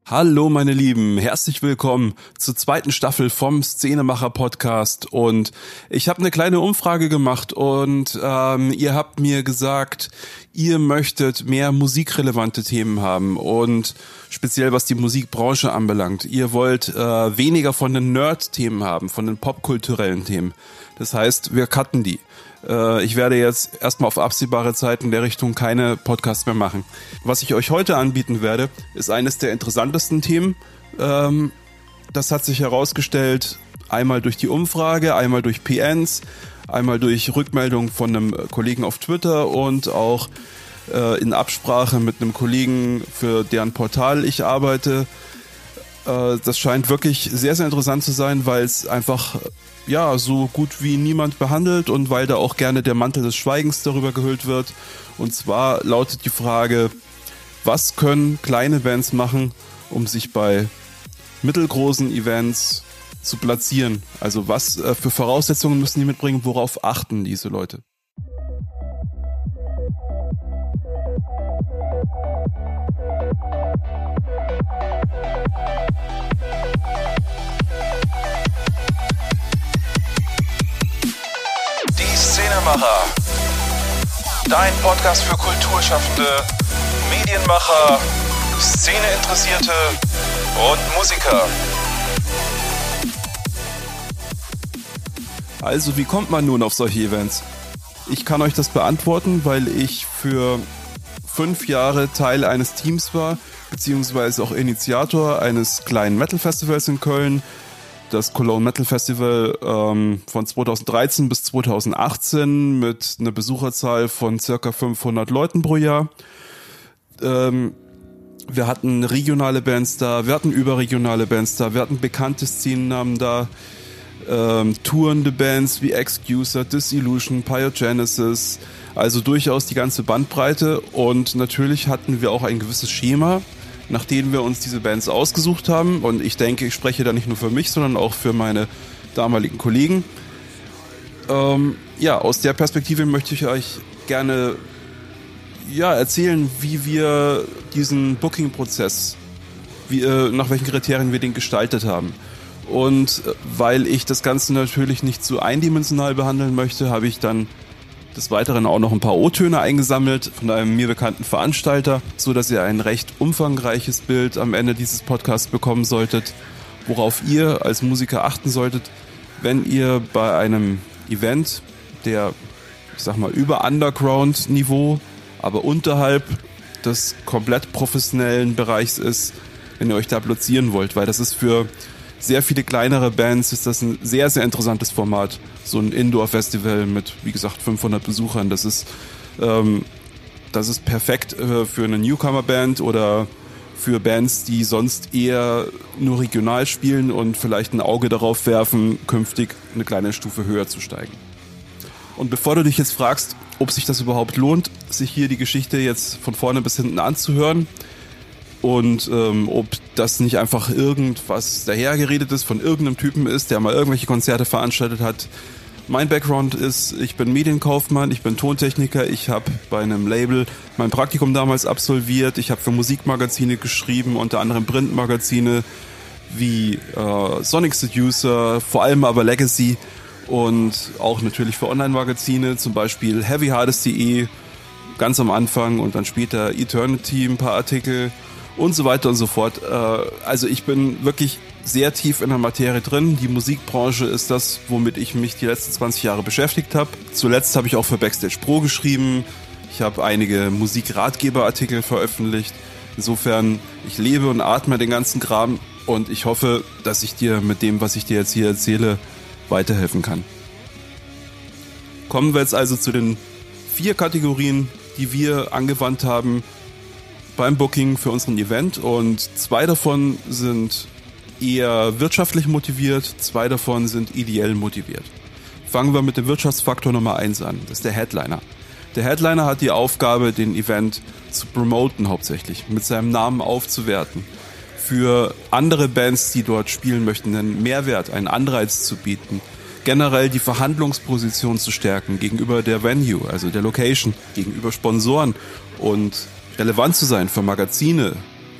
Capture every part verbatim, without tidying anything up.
Hallo meine Lieben, herzlich willkommen zur zweiten Staffel vom Szenemacher Podcast und ich habe eine kleine Umfrage gemacht und ähm, ihr habt mir gesagt, ihr möchtet mehr musikrelevante Themen haben und speziell was die Musikbranche anbelangt. Ihr wollt äh, weniger von den Nerd-Themen haben, von den popkulturellen Themen. Das heißt, wir cutten die. Ich werde jetzt erstmal auf absehbare Zeit in der Richtung keine Podcasts mehr machen. Was ich euch heute anbieten werde, ist eines der interessantesten Themen. Das hat sich herausgestellt, einmal durch die Umfrage, einmal durch P Ns, einmal durch Rückmeldungen von einem Kollegen auf Twitter und auch in Absprache mit einem Kollegen, für deren Portal ich arbeite. Das scheint wirklich sehr, sehr interessant zu sein, weil es einfach ja so gut wie niemand behandelt und weil da auch gerne der Mantel des Schweigens darüber gehüllt wird. Und zwar lautet die Frage, was können kleine Bands machen, um sich bei mittelgroßen Events zu platzieren? Also was für Voraussetzungen müssen die mitbringen, worauf achten diese Leute? Szenemacher, dein Podcast für Kulturschaffende, Medienmacher, Szeneinteressierte und Musiker. Also wie kommt man nun auf solche Events? Ich kann euch das beantworten, weil ich für fünf Jahre Teil eines Teams war, beziehungsweise auch Initiator eines kleinen Metal-Festivals in Köln. Das Cologne Metal Festival ähm, von zweitausenddreizehn bis zweitausendachtzehn mit einer Besucherzahl von circa fünfhundert Leuten pro Jahr. Ähm, wir hatten regionale Bands da, wir hatten überregionale Bands da, wir hatten bekannte Szenennamen da, ähm, tourende Bands wie Excuser, Disillusion, Pyogenesis, also durchaus die ganze Bandbreite und natürlich hatten wir auch ein gewisses Schema, nachdem wir uns diese Bands ausgesucht haben. Und ich denke, ich spreche da nicht nur für mich, sondern auch für meine damaligen Kollegen. Ähm, ja, aus der Perspektive möchte ich euch gerne ja, erzählen, wie wir diesen Booking-Prozess, wie, äh, nach welchen Kriterien wir den gestaltet haben. Und äh, weil ich das Ganze natürlich nicht zu eindimensional behandeln möchte, habe ich dann des Weiteren auch noch ein paar O-Töne eingesammelt von einem mir bekannten Veranstalter, so dass ihr ein recht umfangreiches Bild am Ende dieses Podcasts bekommen solltet, worauf ihr als Musiker achten solltet, wenn ihr bei einem Event, der, ich sag mal, über Underground-Niveau, aber unterhalb des komplett professionellen Bereichs ist, wenn ihr euch da platzieren wollt, weil das ist für sehr viele kleinere Bands ist das ein sehr, sehr interessantes Format. So ein Indoor-Festival mit, wie gesagt, fünfhundert Besuchern. Das ist, ähm, das ist perfekt äh, für eine Newcomer-Band oder für Bands, die sonst eher nur regional spielen und vielleicht ein Auge darauf werfen, künftig eine kleine Stufe höher zu steigen. Und bevor du dich jetzt fragst, ob sich das überhaupt lohnt, sich hier die Geschichte jetzt von vorne bis hinten anzuhören, und ähm, ob das nicht einfach irgendwas dahergeredet ist, von irgendeinem Typen ist, der mal irgendwelche Konzerte veranstaltet hat. Mein Background ist, ich bin Medienkaufmann, ich bin Tontechniker, ich habe bei einem Label mein Praktikum damals absolviert, ich habe für Musikmagazine geschrieben, unter anderem Printmagazine wie äh, Sonic Seducer, vor allem aber Legacy und auch natürlich für Online-Magazine, zum Beispiel heavy hardest punkt de ganz am Anfang und dann später Eternity, ein paar Artikel und so weiter und so fort. Also ich bin wirklich sehr tief in der Materie drin. Die Musikbranche ist das, womit ich mich die letzten zwanzig Jahre beschäftigt habe. Zuletzt habe ich auch für Backstage Pro geschrieben. Ich habe einige Musikratgeberartikel veröffentlicht. Insofern, ich lebe und atme den ganzen Kram und ich hoffe, dass ich dir mit dem, was ich dir jetzt hier erzähle, weiterhelfen kann. Kommen wir jetzt also zu den vier Kategorien, die wir angewandt haben beim Booking für unseren Event, und zwei davon sind eher wirtschaftlich motiviert, zwei davon sind ideell motiviert. Fangen wir mit dem Wirtschaftsfaktor Nummer eins an, das ist der Headliner. Der Headliner hat die Aufgabe, den Event zu promoten hauptsächlich, mit seinem Namen aufzuwerten, für andere Bands, die dort spielen möchten, einen Mehrwert, einen Anreiz zu bieten, generell die Verhandlungsposition zu stärken gegenüber der Venue, also der Location, gegenüber Sponsoren und relevant zu sein für Magazine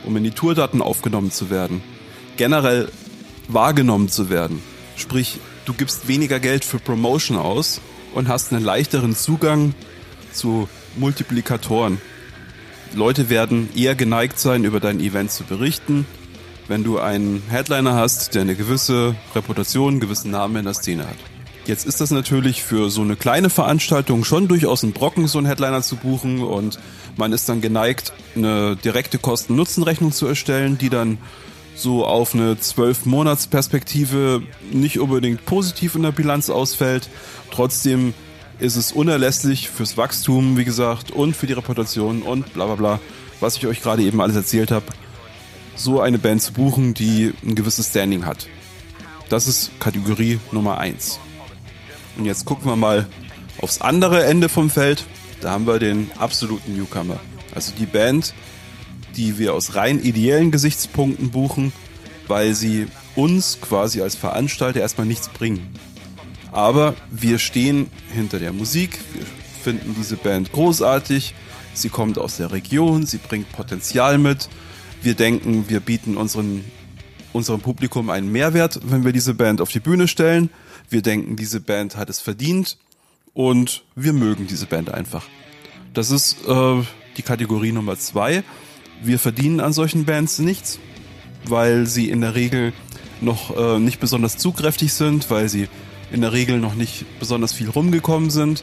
um in die Tourdaten aufgenommen zu werden, generell wahrgenommen zu werden. Sprich, du gibst weniger Geld für Promotion aus und hast einen leichteren Zugang zu Multiplikatoren. Leute werden eher geneigt sein, über dein Event zu berichten, wenn du einen Headliner hast, der eine gewisse Reputation, einen gewissen Namen in der Szene hat. Jetzt ist das natürlich für so eine kleine Veranstaltung schon durchaus ein Brocken, so einen Headliner zu buchen, und man ist dann geneigt, eine direkte Kosten-Nutzen-Rechnung zu erstellen, die dann so auf eine zwölf-Monats-Perspektive nicht unbedingt positiv in der Bilanz ausfällt. Trotzdem ist es unerlässlich fürs Wachstum, wie gesagt, und für die Reputation und bla bla bla, was ich euch gerade eben alles erzählt habe, so eine Band zu buchen, die ein gewisses Standing hat. Das ist Kategorie Nummer eins. Und jetzt gucken wir mal aufs andere Ende vom Feld. Da haben wir den absoluten Newcomer. Also die Band, die wir aus rein ideellen Gesichtspunkten buchen, weil sie uns quasi als Veranstalter erstmal nichts bringen. Aber wir stehen hinter der Musik, wir finden diese Band großartig, sie kommt aus der Region, sie bringt Potenzial mit. Wir denken, wir bieten unseren, unserem Publikum einen Mehrwert, wenn wir diese Band auf die Bühne stellen. Wir denken, diese Band hat es verdient und wir mögen diese Band einfach. Das ist äh, die Kategorie Nummer zwei. Wir verdienen an solchen Bands nichts, weil sie in der Regel noch äh, nicht besonders zugkräftig sind, weil sie in der Regel noch nicht besonders viel rumgekommen sind.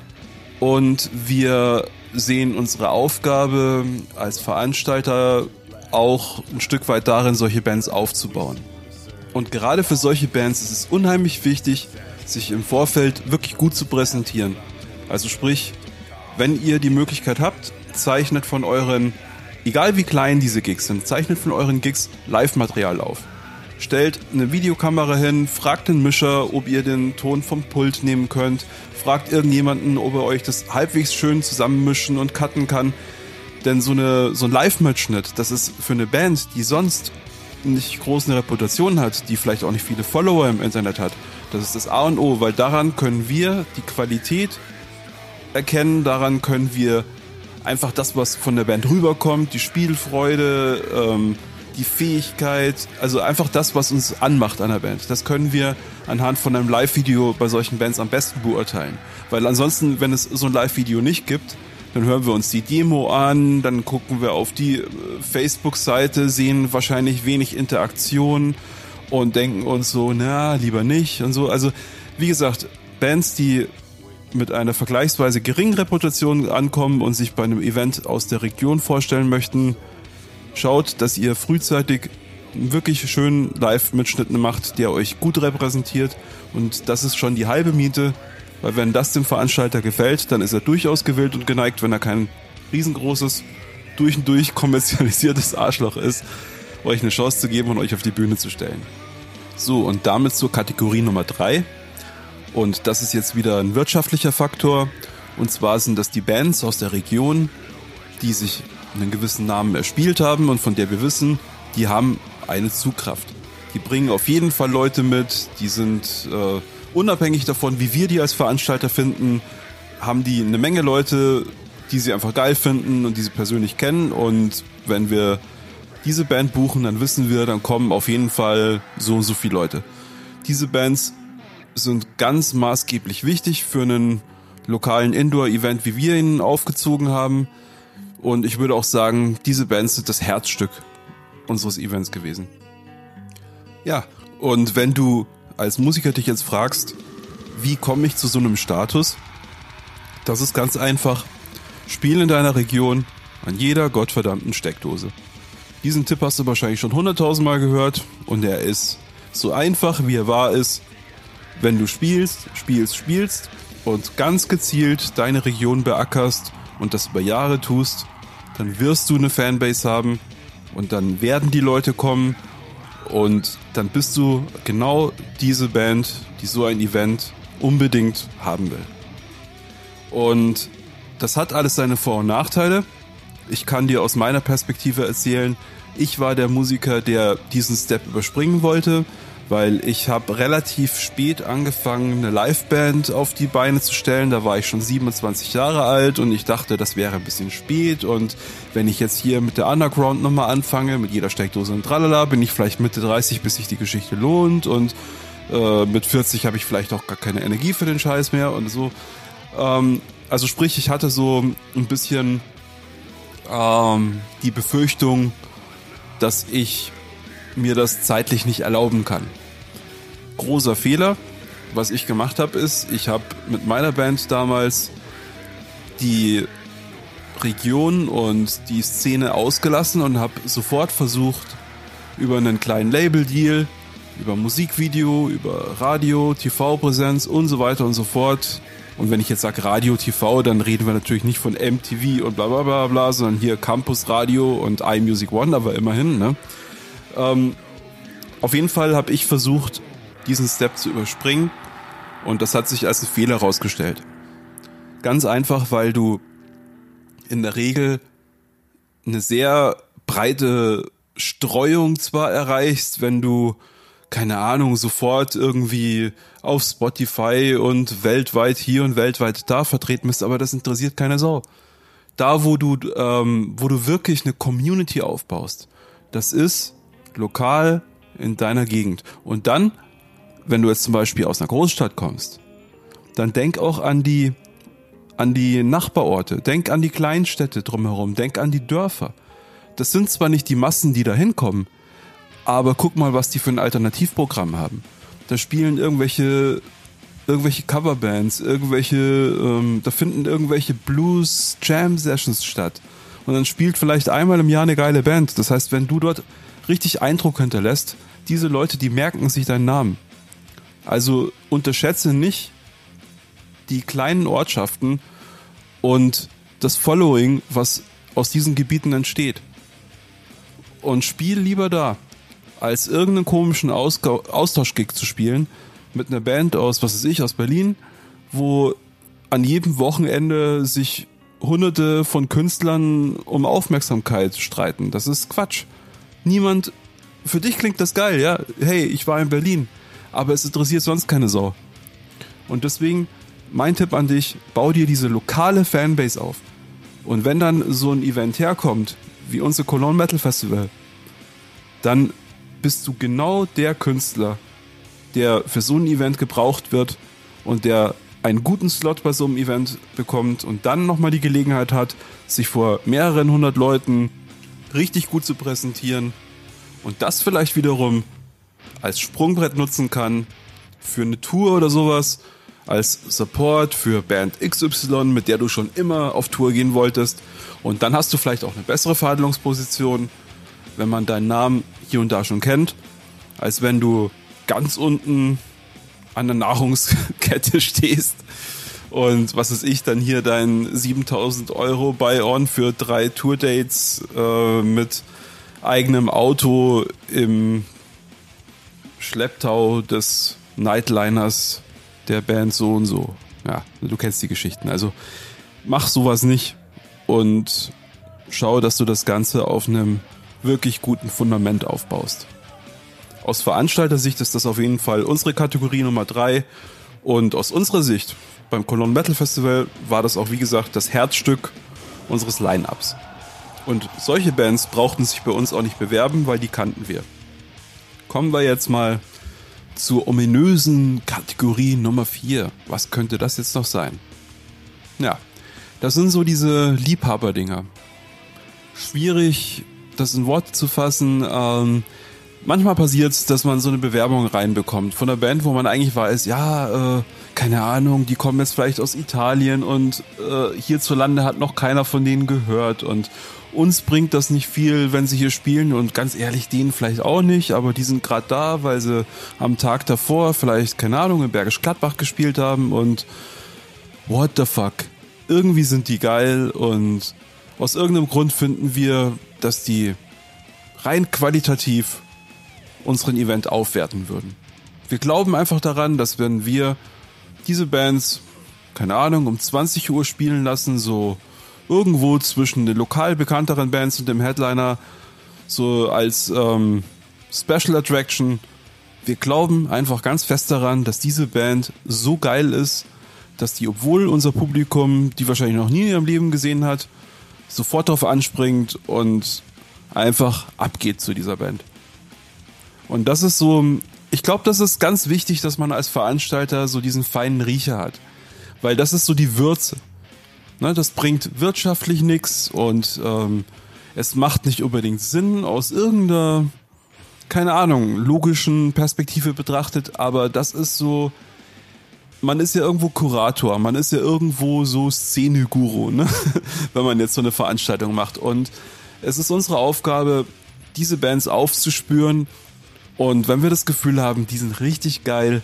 Und wir sehen unsere Aufgabe als Veranstalter auch ein Stück weit darin, solche Bands aufzubauen. Und gerade für solche Bands ist es unheimlich wichtig, sich im Vorfeld wirklich gut zu präsentieren. Also sprich, wenn ihr die Möglichkeit habt, zeichnet von euren, egal wie klein diese Gigs sind, zeichnet von euren Gigs Live-Material auf. Stellt eine Videokamera hin, fragt den Mischer, ob ihr den Ton vom Pult nehmen könnt, fragt irgendjemanden, ob er euch das halbwegs schön zusammenmischen und cutten kann. Denn so, eine, so ein Live-Mitschnitt, das ist für eine Band, die sonst nicht groß eine Reputation hat, die vielleicht auch nicht viele Follower im Internet hat, das ist das A und O, weil daran können wir die Qualität erkennen, daran können wir einfach das, was von der Band rüberkommt, die Spielfreude, ähm, die Fähigkeit, also einfach das, was uns anmacht an der Band. Das können wir anhand von einem Live-Video bei solchen Bands am besten beurteilen. Weil ansonsten, wenn es so ein Live-Video nicht gibt, dann hören wir uns die Demo an, dann gucken wir auf die Facebook-Seite, sehen wahrscheinlich wenig Interaktion und denken uns so, na, lieber nicht und so. Also, wie gesagt, Bands, die mit einer vergleichsweise geringen Reputation ankommen und sich bei einem Event aus der Region vorstellen möchten, schaut, dass ihr frühzeitig wirklich schön Live-Mitschnitten macht, der euch gut repräsentiert, und das ist schon die halbe Miete, weil wenn das dem Veranstalter gefällt, dann ist er durchaus gewillt und geneigt, wenn er kein riesengroßes, durch und durch kommerzialisiertes Arschloch ist, euch eine Chance zu geben und euch auf die Bühne zu stellen. So, und damit zur Kategorie Nummer drei. Und das ist jetzt wieder ein wirtschaftlicher Faktor. Und zwar sind das die Bands aus der Region, die sich einen gewissen Namen erspielt haben und von der wir wissen, die haben eine Zugkraft. Die bringen auf jeden Fall Leute mit, die sind äh, unabhängig davon, wie wir die als Veranstalter finden, haben die eine Menge Leute, die sie einfach geil finden und die sie persönlich kennen, und wenn wir diese Band buchen, dann wissen wir, dann kommen auf jeden Fall so und so viele Leute. Diese Bands sind ganz maßgeblich wichtig für einen lokalen Indoor-Event, wie wir ihn aufgezogen haben. Und ich würde auch sagen, diese Bands sind das Herzstück unseres Events gewesen. Ja, und wenn du als Musiker dich jetzt fragst, wie komme ich zu so einem Status? Das ist ganz einfach. Spiel in deiner Region an jeder gottverdammten Steckdose. Diesen Tipp hast du wahrscheinlich schon hunderttausend Mal gehört, und er ist so einfach, wie er wahr ist. Wenn du spielst, spielst, spielst und ganz gezielt deine Region beackerst und das über Jahre tust, dann wirst du eine Fanbase haben und dann werden die Leute kommen und dann bist du genau diese Band, die so ein Event unbedingt haben will. Und das hat alles seine Vor- und Nachteile. Ich kann dir aus meiner Perspektive erzählen, ich war der Musiker, der diesen Step überspringen wollte, weil ich habe relativ spät angefangen, eine Liveband auf die Beine zu stellen. Da war ich schon siebenundzwanzig Jahre alt und ich dachte, das wäre ein bisschen spät. Und wenn ich jetzt hier mit der Underground-Nummer anfange, mit jeder Steckdose und tralala, bin ich vielleicht Mitte dreißig, bis sich die Geschichte lohnt. Und äh, mit vierzig habe ich vielleicht auch gar keine Energie für den Scheiß mehr und so. Ähm, also sprich, ich hatte so ein bisschen ähm, die Befürchtung, dass ich mir das zeitlich nicht erlauben kann. Großer Fehler, was ich gemacht habe, ist, ich habe mit meiner Band damals die Region und die Szene ausgelassen und habe sofort versucht, über einen kleinen Label-Deal, über Musikvideo, über Radio, T V-Präsenz und so weiter und so fort. Und wenn ich jetzt sage Radio, T V, dann reden wir natürlich nicht von M T V und bla bla bla bla, sondern hier Campus Radio und iMusic One, aber immerhin, ne? Ähm, auf jeden Fall habe ich versucht, diesen Step zu überspringen und das hat sich als ein Fehler herausgestellt. Ganz einfach, weil du in der Regel eine sehr breite Streuung zwar erreichst, wenn du, keine Ahnung, sofort irgendwie auf Spotify und weltweit hier und weltweit da vertreten bist, aber das interessiert keine Sau. Da, wo du, ähm, wo du wirklich eine Community aufbaust, das ist lokal in deiner Gegend. Und dann, wenn du jetzt zum Beispiel aus einer Großstadt kommst, dann denk auch an die, an die Nachbarorte, denk an die Kleinstädte drumherum, denk an die Dörfer. Das sind zwar nicht die Massen, die da hinkommen, aber guck mal, was die für ein Alternativprogramm haben. Da spielen irgendwelche, irgendwelche Coverbands, irgendwelche, ähm, da finden irgendwelche Blues-Jam-Sessions statt. Und dann spielt vielleicht einmal im Jahr eine geile Band. Das heißt, wenn du dort richtig Eindruck hinterlässt, diese Leute, die merken sich deinen Namen. Also unterschätze nicht die kleinen Ortschaften und das Following, was aus diesen Gebieten entsteht. Und spiel lieber da, als irgendeinen komischen Ausga- Austauschgig zu spielen mit einer Band aus, was weiß ich, aus Berlin, wo an jedem Wochenende sich Hunderte von Künstlern um Aufmerksamkeit streiten. Das ist Quatsch. Niemand, für dich klingt das geil, ja, hey, ich war in Berlin, aber es interessiert sonst keine Sau. Und deswegen, mein Tipp an dich, bau dir diese lokale Fanbase auf. Und wenn dann so ein Event herkommt, wie unser Cologne Metal Festival, dann bist du genau der Künstler, der für so ein Event gebraucht wird und der einen guten Slot bei so einem Event bekommt und dann nochmal die Gelegenheit hat, sich vor mehreren hundert Leuten richtig gut zu präsentieren und das vielleicht wiederum als Sprungbrett nutzen kann für eine Tour oder sowas, als Support für Band X Y, mit der du schon immer auf Tour gehen wolltest. Und dann hast du vielleicht auch eine bessere Verhandlungsposition, wenn man deinen Namen hier und da schon kennt, als wenn du ganz unten an der Nahrungskette stehst und was weiß ich, dann hier dein siebentausend Euro Buy-on für drei Tourdates äh, mit eigenem Auto im Schlepptau des Nightliners der Band so und so. Ja, du kennst die Geschichten. Also mach sowas nicht und schau, dass du das Ganze auf einem wirklich guten Fundament aufbaust. Aus Veranstalter-Sicht ist das auf jeden Fall unsere Kategorie Nummer drei und aus unserer Sicht beim Cologne Metal Festival war das auch, wie gesagt, das Herzstück unseres Line-Ups. Und solche Bands brauchten sich bei uns auch nicht bewerben, weil die kannten wir. Kommen wir jetzt mal zur ominösen Kategorie Nummer vier. Was könnte das jetzt noch sein? Ja, das sind so diese Liebhaberdinger. Schwierig, das in Worte zu fassen. Ähm, manchmal passiert es, dass man so eine Bewerbung reinbekommt von einer Band, wo man eigentlich weiß, ja, äh, keine Ahnung, die kommen jetzt vielleicht aus Italien und äh, hierzulande hat noch keiner von denen gehört und uns bringt das nicht viel, wenn sie hier spielen und ganz ehrlich, denen vielleicht auch nicht, aber die sind gerade da, weil sie am Tag davor vielleicht, keine Ahnung, in Bergisch Gladbach gespielt haben und what the fuck, irgendwie sind die geil und aus irgendeinem Grund finden wir, dass die rein qualitativ unseren Event aufwerten würden. Wir glauben einfach daran, dass wenn wir diese Bands, keine Ahnung, um zwanzig Uhr spielen lassen, so irgendwo zwischen den lokal bekannteren Bands und dem Headliner, so als ähm, Special Attraction, wir glauben einfach ganz fest daran, dass diese Band so geil ist, dass die, obwohl unser Publikum die wahrscheinlich noch nie in ihrem Leben gesehen hat, sofort darauf anspringt und einfach abgeht zu dieser Band. Und das ist so, ich glaube, das ist ganz wichtig, dass man als Veranstalter so diesen feinen Riecher hat. Weil das ist so die Würze. Ne, das bringt wirtschaftlich nichts und ähm, es macht nicht unbedingt Sinn aus irgendeiner, keine Ahnung, logischen Perspektive betrachtet, aber das ist so, man ist ja irgendwo Kurator, man ist ja irgendwo so Szene-Guru, ne? Wenn man jetzt so eine Veranstaltung macht. Und es ist unsere Aufgabe, diese Bands aufzuspüren. Und wenn wir das Gefühl haben, die sind richtig geil,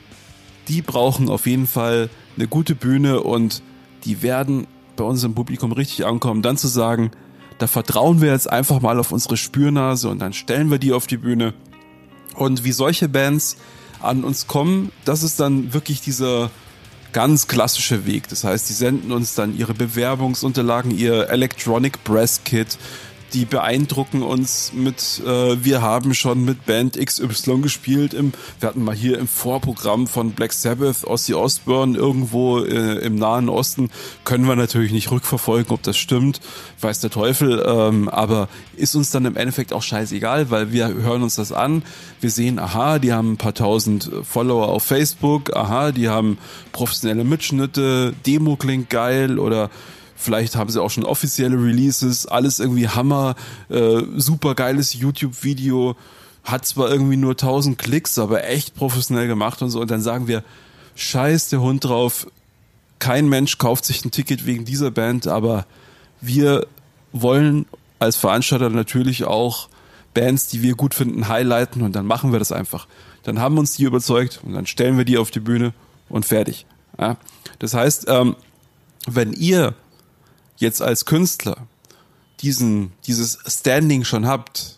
die brauchen auf jeden Fall eine gute Bühne und die werden bei uns im Publikum richtig ankommen, dann zu sagen, da vertrauen wir jetzt einfach mal auf unsere Spürnase und dann stellen wir die auf die Bühne. Und wie solche Bands an uns kommen, das ist dann wirklich dieser ganz klassische Weg. Das heißt, die senden uns dann ihre Bewerbungsunterlagen, ihr Electronic Brass Kit, die beeindrucken uns mit, äh, wir haben schon mit Band X Y gespielt, im, wir hatten mal hier im Vorprogramm von Black Sabbath, Ozzy Osbourne irgendwo äh, im Nahen Osten, können wir natürlich nicht rückverfolgen, ob das stimmt, weiß der Teufel, ähm, aber ist uns dann im Endeffekt auch scheißegal, weil wir hören uns das an, wir sehen, aha, die haben ein paar tausend Follower auf Facebook, aha, die haben professionelle Mitschnitte, Demo klingt geil oder vielleicht haben sie auch schon offizielle Releases, alles irgendwie Hammer, äh, super geiles YouTube-Video, hat zwar irgendwie nur tausend Klicks, aber echt professionell gemacht und so. Und dann sagen wir, scheiß der Hund drauf, kein Mensch kauft sich ein Ticket wegen dieser Band, aber wir wollen als Veranstalter natürlich auch Bands, die wir gut finden, highlighten und dann machen wir das einfach. Dann haben uns die überzeugt und dann stellen wir die auf die Bühne und fertig. Ja? Das heißt, ähm, wenn ihr jetzt als Künstler diesen, dieses Standing schon habt,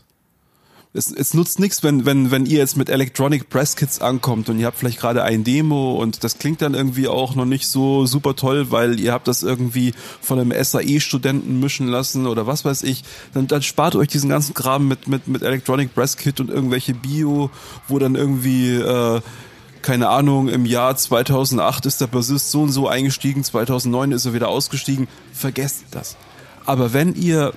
es, es nutzt nichts, wenn, wenn, wenn ihr jetzt mit Electronic Brass Kits ankommt und ihr habt vielleicht gerade ein Demo und das klingt dann irgendwie auch noch nicht so super toll, weil ihr habt das irgendwie von einem S A E-Studenten mischen lassen oder was weiß ich, dann, dann spart euch diesen ganzen Kram mit, mit, mit Electronic Brass Kit und irgendwelche Bio, wo dann irgendwie, äh, keine Ahnung, im Jahr zweitausendacht ist der Bassist so und so eingestiegen, zweitausendneun ist er wieder ausgestiegen, vergesst das. Aber wenn ihr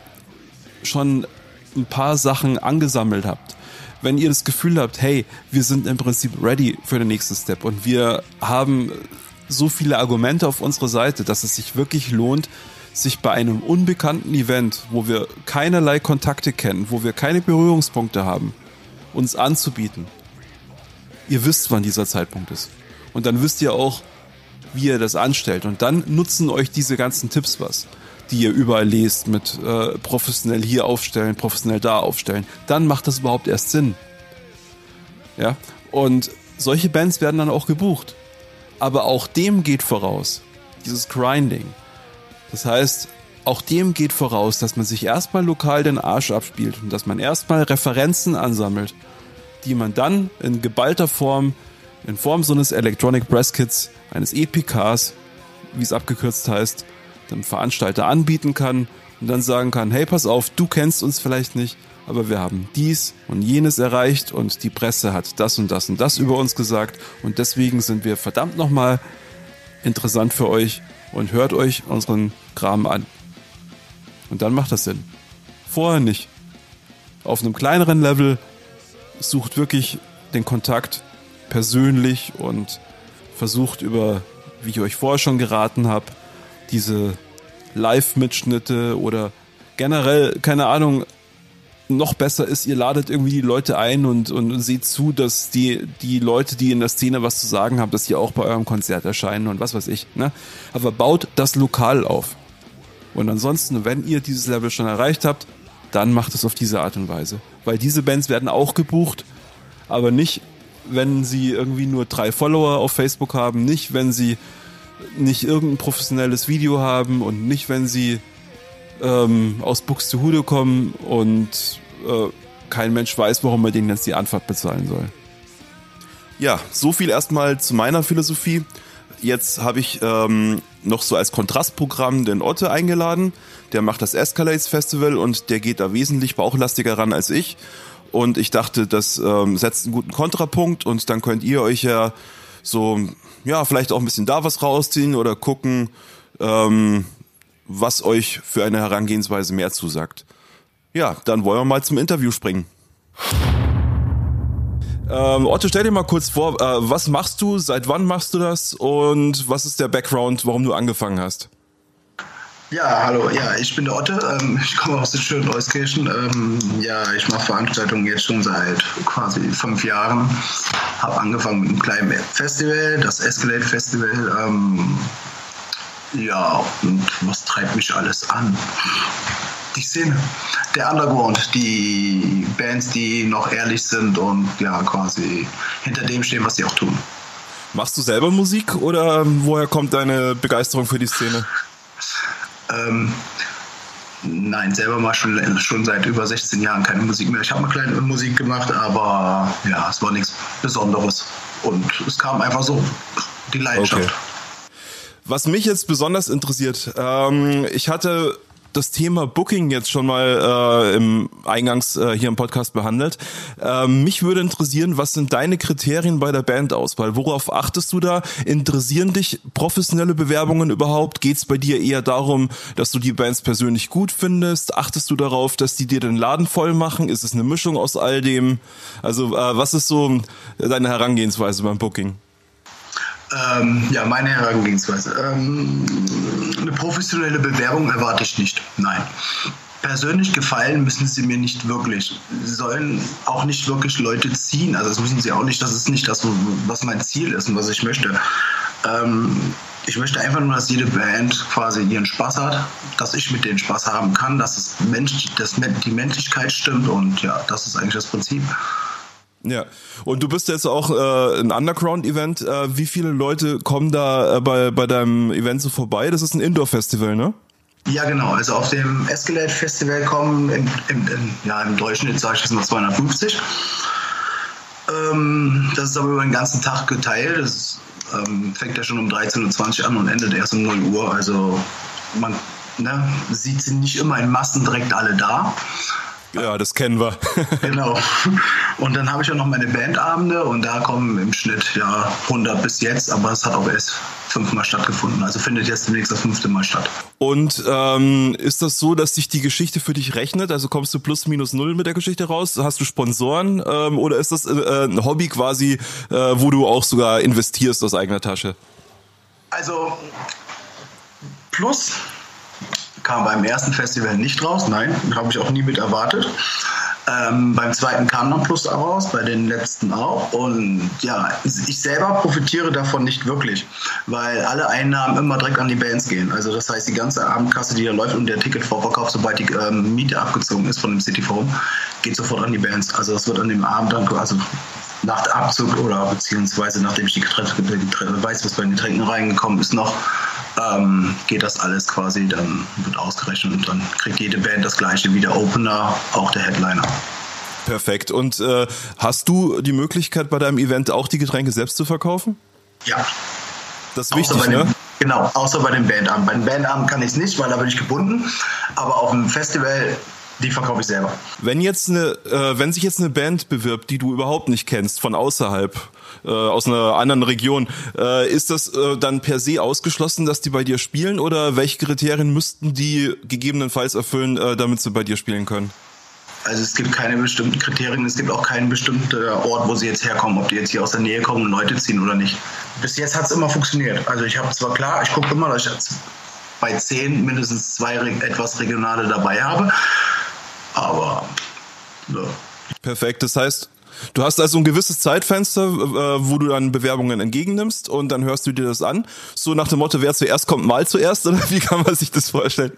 schon ein paar Sachen angesammelt habt, wenn ihr das Gefühl habt, hey, wir sind im Prinzip ready für den nächsten Step und wir haben so viele Argumente auf unserer Seite, dass es sich wirklich lohnt, sich bei einem unbekannten Event, wo wir keinerlei Kontakte kennen, wo wir keine Berührungspunkte haben, uns anzubieten. Ihr wisst, wann dieser Zeitpunkt ist. Und dann wisst ihr auch, wie ihr das anstellt. Und dann nutzen euch diese ganzen Tipps was, die ihr überall lest mit äh, professionell hier aufstellen, professionell da aufstellen. Dann macht das überhaupt erst Sinn. Ja? Und solche Bands werden dann auch gebucht. Aber auch dem geht voraus, dieses Grinding. Das heißt, auch dem geht voraus, dass man sich erstmal lokal den Arsch abspielt und dass man erstmal Referenzen ansammelt, die man dann in geballter Form, in Form so eines Electronic Brass Kits, eines E P Ks, wie es abgekürzt heißt, dem Veranstalter anbieten kann und dann sagen kann, hey, pass auf, du kennst uns vielleicht nicht, aber wir haben dies und jenes erreicht und die Presse hat das und das und das über uns gesagt und deswegen sind wir verdammt nochmal interessant für euch und hört euch unseren Kram an. Und dann macht das Sinn. Vorher nicht. Auf einem kleineren Level sucht wirklich den Kontakt persönlich und versucht über, wie ich euch vorher schon geraten habe, diese Live-Mitschnitte oder generell, keine Ahnung, noch besser ist, ihr ladet irgendwie die Leute ein und, und seht zu, dass die, die Leute, die in der Szene was zu sagen haben, dass die auch bei eurem Konzert erscheinen und was weiß ich. Ne? Aber baut das lokal auf. Und ansonsten, wenn ihr dieses Level schon erreicht habt, dann macht es auf diese Art und Weise. Weil diese Bands werden auch gebucht, aber nicht, wenn sie irgendwie nur drei Follower auf Facebook haben, nicht, wenn sie nicht irgendein professionelles Video haben und nicht, wenn sie ähm, aus Buxtehude kommen und äh, kein Mensch weiß, warum man denen jetzt die Anfahrt bezahlen soll. Ja, so viel erstmal zu meiner Philosophie. Jetzt habe ich ähm, noch so als Kontrastprogramm den Otte eingeladen. Der macht das Escalades Festival und der geht da wesentlich bauchlastiger ran als ich. und ich dachte, das ähm, setzt einen guten Kontrapunkt und dann könnt ihr euch ja so, ja, vielleicht auch ein bisschen da was rausziehen oder gucken, ähm, was euch für eine Herangehensweise mehr zusagt. Ja, dann wollen wir mal zum Interview springen. Ähm, Otto, stell dir mal kurz vor, äh, was machst du, seit wann machst du das und was ist der Background, warum du angefangen hast? Ja, hallo, ja, ich bin der Otte, ähm, ich komme aus dem schönen Euskirchen. Ähm, ja, ich mache Veranstaltungen jetzt schon seit quasi fünf Jahren. Habe angefangen mit einem kleinen Festival, das Escalate Festival. Ähm, ja, und was treibt mich alles an? Die Szene, der Underground, die Bands, die noch ehrlich sind und ja, quasi hinter dem stehen, was sie auch tun. Machst du selber Musik oder woher kommt deine Begeisterung für die Szene? Ähm, nein, selber mal schon, schon seit über sechzehn Jahren keine Musik mehr. Ich habe mal kleine Musik gemacht, aber ja, es war nichts Besonderes. Und es kam einfach so, die Leidenschaft. Okay. Was mich jetzt besonders interessiert, ähm, ich hatte das Thema Booking jetzt schon mal äh, im Eingangs äh, hier im Podcast behandelt. Ähm, mich würde interessieren, was sind deine Kriterien bei der Bandauswahl? Worauf achtest du da? Interessieren dich professionelle Bewerbungen überhaupt? Geht es bei dir eher darum, dass du die Bands persönlich gut findest? Achtest du darauf, dass die dir den Laden voll machen? Ist es eine Mischung aus all dem? Also äh, was ist so deine Herangehensweise beim Booking? Ähm, ja, meine Herangehensweise. Ähm, eine professionelle Bewerbung erwarte ich nicht. Nein. Persönlich gefallen müssen sie mir nicht wirklich. Sie sollen auch nicht wirklich Leute ziehen. Also das müssen sie auch nicht. Das ist nicht das, was mein Ziel ist und was ich möchte. Ähm, ich möchte einfach nur, dass jede Band quasi ihren Spaß hat, dass ich mit denen Spaß haben kann, dass, es Mensch, dass die Menschlichkeit stimmt und ja, das ist eigentlich das Prinzip. Ja, und du bist jetzt auch äh, ein Underground-Event. Äh, wie viele Leute kommen da äh, bei, bei deinem Event so vorbei? Das ist ein Indoor-Festival, ne? Ja, genau. Also auf dem Escalate Festival kommen im, im, im, ja, im Durchschnitt, sage ich jetzt mal, zweihundertfünfzig. Ähm, das ist aber über den ganzen Tag geteilt. Das ähm, fängt ja schon um dreizehn Uhr zwanzig an und endet erst um null Uhr. Also man ne, sieht sie nicht immer in Massen direkt alle da. Ja, das kennen wir. Genau. Und dann habe ich auch noch meine Bandabende und da kommen im Schnitt ja hundert bis jetzt, aber es hat auch erst fünfmal stattgefunden. Also findet jetzt demnächst das fünfte Mal statt. Und ähm, ist das so, dass sich die Geschichte für dich rechnet? Also kommst du plus minus null mit der Geschichte raus? Hast du Sponsoren ähm, oder ist das äh, ein Hobby quasi, äh, wo du auch sogar investierst aus eigener Tasche? Also plus kam beim ersten Festival nicht raus, nein, habe ich auch nie mit erwartet. Ähm, beim zweiten kam dann Plus raus, bei den letzten auch. Und ja, ich selber profitiere davon nicht wirklich, weil alle Einnahmen immer direkt an die Bands gehen. Also das heißt, die ganze Abendkasse, die da läuft und der Ticketvorverkauf, sobald die ähm, Miete abgezogen ist von dem City Forum, geht sofort an die Bands. Also das wird an dem Abend dann, also nach dem Abzug oder beziehungsweise nachdem ich die Getränke, weiß, was bei den Getränken reingekommen ist noch, ähm, geht das alles quasi, dann wird ausgerechnet und dann kriegt jede Band das gleiche wie der Opener, auch der Headliner. Perfekt. Und äh, hast du die Möglichkeit bei deinem Event auch die Getränke selbst zu verkaufen? Ja. Das ist wichtig, dem, ne? Genau, außer bei den Bandabend. Bei den Bandabend kann ich es nicht, weil da bin ich gebunden, aber auf dem Festival, die verkaufe ich selber. Wenn jetzt eine, äh, wenn sich jetzt eine Band bewirbt, die du überhaupt nicht kennst, von außerhalb, äh, aus einer anderen Region, äh, ist das äh, dann per se ausgeschlossen, dass die bei dir spielen oder welche Kriterien müssten die gegebenenfalls erfüllen, äh, damit sie bei dir spielen können? Also es gibt keine bestimmten Kriterien, es gibt auch keinen bestimmten Ort, wo sie jetzt herkommen, ob die jetzt hier aus der Nähe kommen und Leute ziehen oder nicht. Bis jetzt hat es immer funktioniert. Also ich habe zwar klar, ich gucke immer, dass ich bei zehn mindestens zwei etwas Regionale dabei habe, aber ja. Perfekt, das heißt, du hast also ein gewisses Zeitfenster, wo du dann Bewerbungen entgegennimmst und dann hörst du dir das an. So nach dem Motto, wer zuerst kommt, mal zuerst, oder wie kann man sich das vorstellen?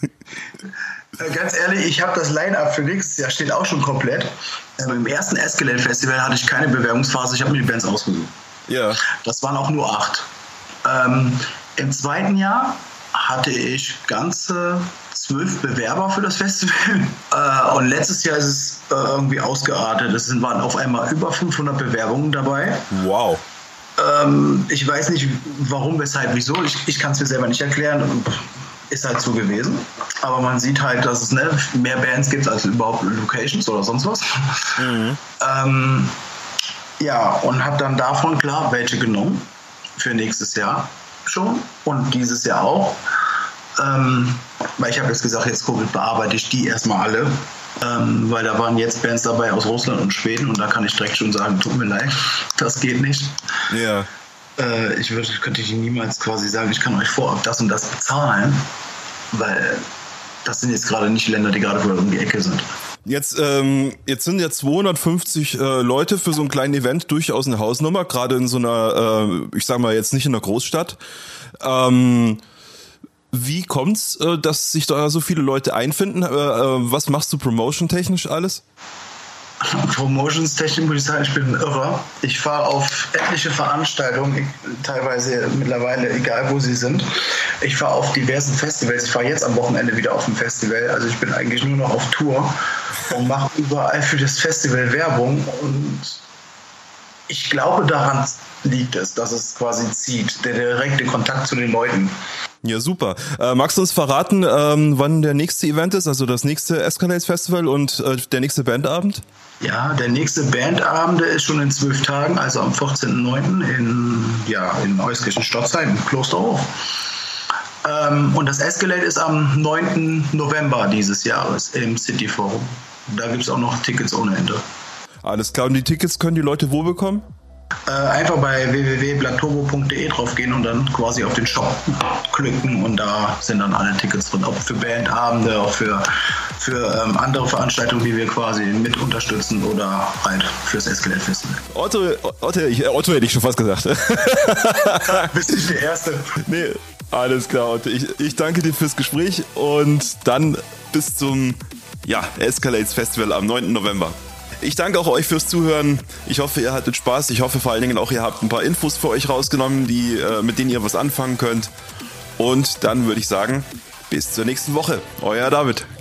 Ganz ehrlich, ich habe das Line-Up für nächstes Jahr, steht auch schon komplett. Aber im ersten Escalate Festival hatte ich keine Bewerbungsphase, ich habe mir die Bands ausgesucht. Ja. Das waren auch nur acht. Ähm, Im zweiten Jahr hatte ich ganze zwölf Bewerber für das Festival. Äh, und letztes Jahr ist es äh, irgendwie ausgeartet. Es waren auf einmal über fünfhundert Bewerbungen dabei. Wow. Ähm, ich weiß nicht, warum, weshalb, wieso. Ich, ich kann es mir selber nicht erklären. Ist halt so gewesen. aber man sieht halt, dass es ne, mehr Bands gibt als überhaupt Locations oder sonst was. Mhm. Ähm, ja, und habe dann davon klar welche genommen für nächstes Jahr schon und dieses Jahr auch. Ähm, weil ich habe jetzt gesagt, jetzt bearbeite ich die erstmal alle, ähm, weil da waren jetzt Bands dabei aus Russland und Schweden und da kann ich direkt schon sagen, tut mir leid, das geht nicht. Ja. Äh, ich würde, könnte ich niemals quasi sagen, ich kann euch vorab das und das bezahlen, weil das sind jetzt gerade nicht Länder, die gerade wohl um die Ecke sind. Jetzt, ähm, jetzt sind ja zweihundertfünfzig äh, Leute für so ein kleines Event durchaus eine Hausnummer, gerade in so einer, äh, ich sag mal jetzt nicht in einer Großstadt. Ähm, wie kommt's, äh, dass sich da so viele Leute einfinden? Äh, äh, was machst du promotion-technisch alles? Promotions-technisch muss ich sagen, ich bin ein Irrer. Ich fahre auf etliche Veranstaltungen, teilweise mittlerweile, egal wo sie sind. Ich fahre auf diversen Festivals. Ich fahre jetzt am Wochenende wieder auf ein Festival. Also ich bin eigentlich nur noch auf Tour und mache überall für das Festival Werbung. Und ich glaube, daran liegt es, dass es quasi zieht, der direkte Kontakt zu den Leuten. Ja, super. Äh, magst du uns verraten, ähm, wann der nächste Event ist, also das nächste Escalades Festival und äh, der nächste Bandabend? Ja, der nächste Bandabend ist schon in zwölf Tagen, also am vierzehnten neunten in, ja, in Euskirchen-Stotzheim, im Klosterhof. Ähm, und das Escalade ist am neunten November dieses Jahres im City Forum. Da gibt es auch noch Tickets ohne Ende. Alles klar, und die Tickets können die Leute wo bekommen? Äh, einfach bei w w w punkt blackturbo punkt d e drauf gehen und dann quasi auf den Shop klicken und da sind dann alle Tickets drin, auch für Bandabende, auch für, für ähm, andere Veranstaltungen, die wir quasi mit unterstützen oder halt fürs Escalade Festival. Otto, Otto, ich, Otto hätte ich schon fast gesagt. Bist nicht der Erste. Nee, alles klar, Otto. Ich, ich danke dir fürs Gespräch und dann bis zum ja, Escalades Festival am neunten November. Ich danke auch euch fürs Zuhören. Ich hoffe, ihr hattet Spaß. Ich hoffe vor allen Dingen auch, ihr habt ein paar Infos für euch rausgenommen, die, äh, mit denen ihr was anfangen könnt. Und dann würde ich sagen, bis zur nächsten Woche. Euer David.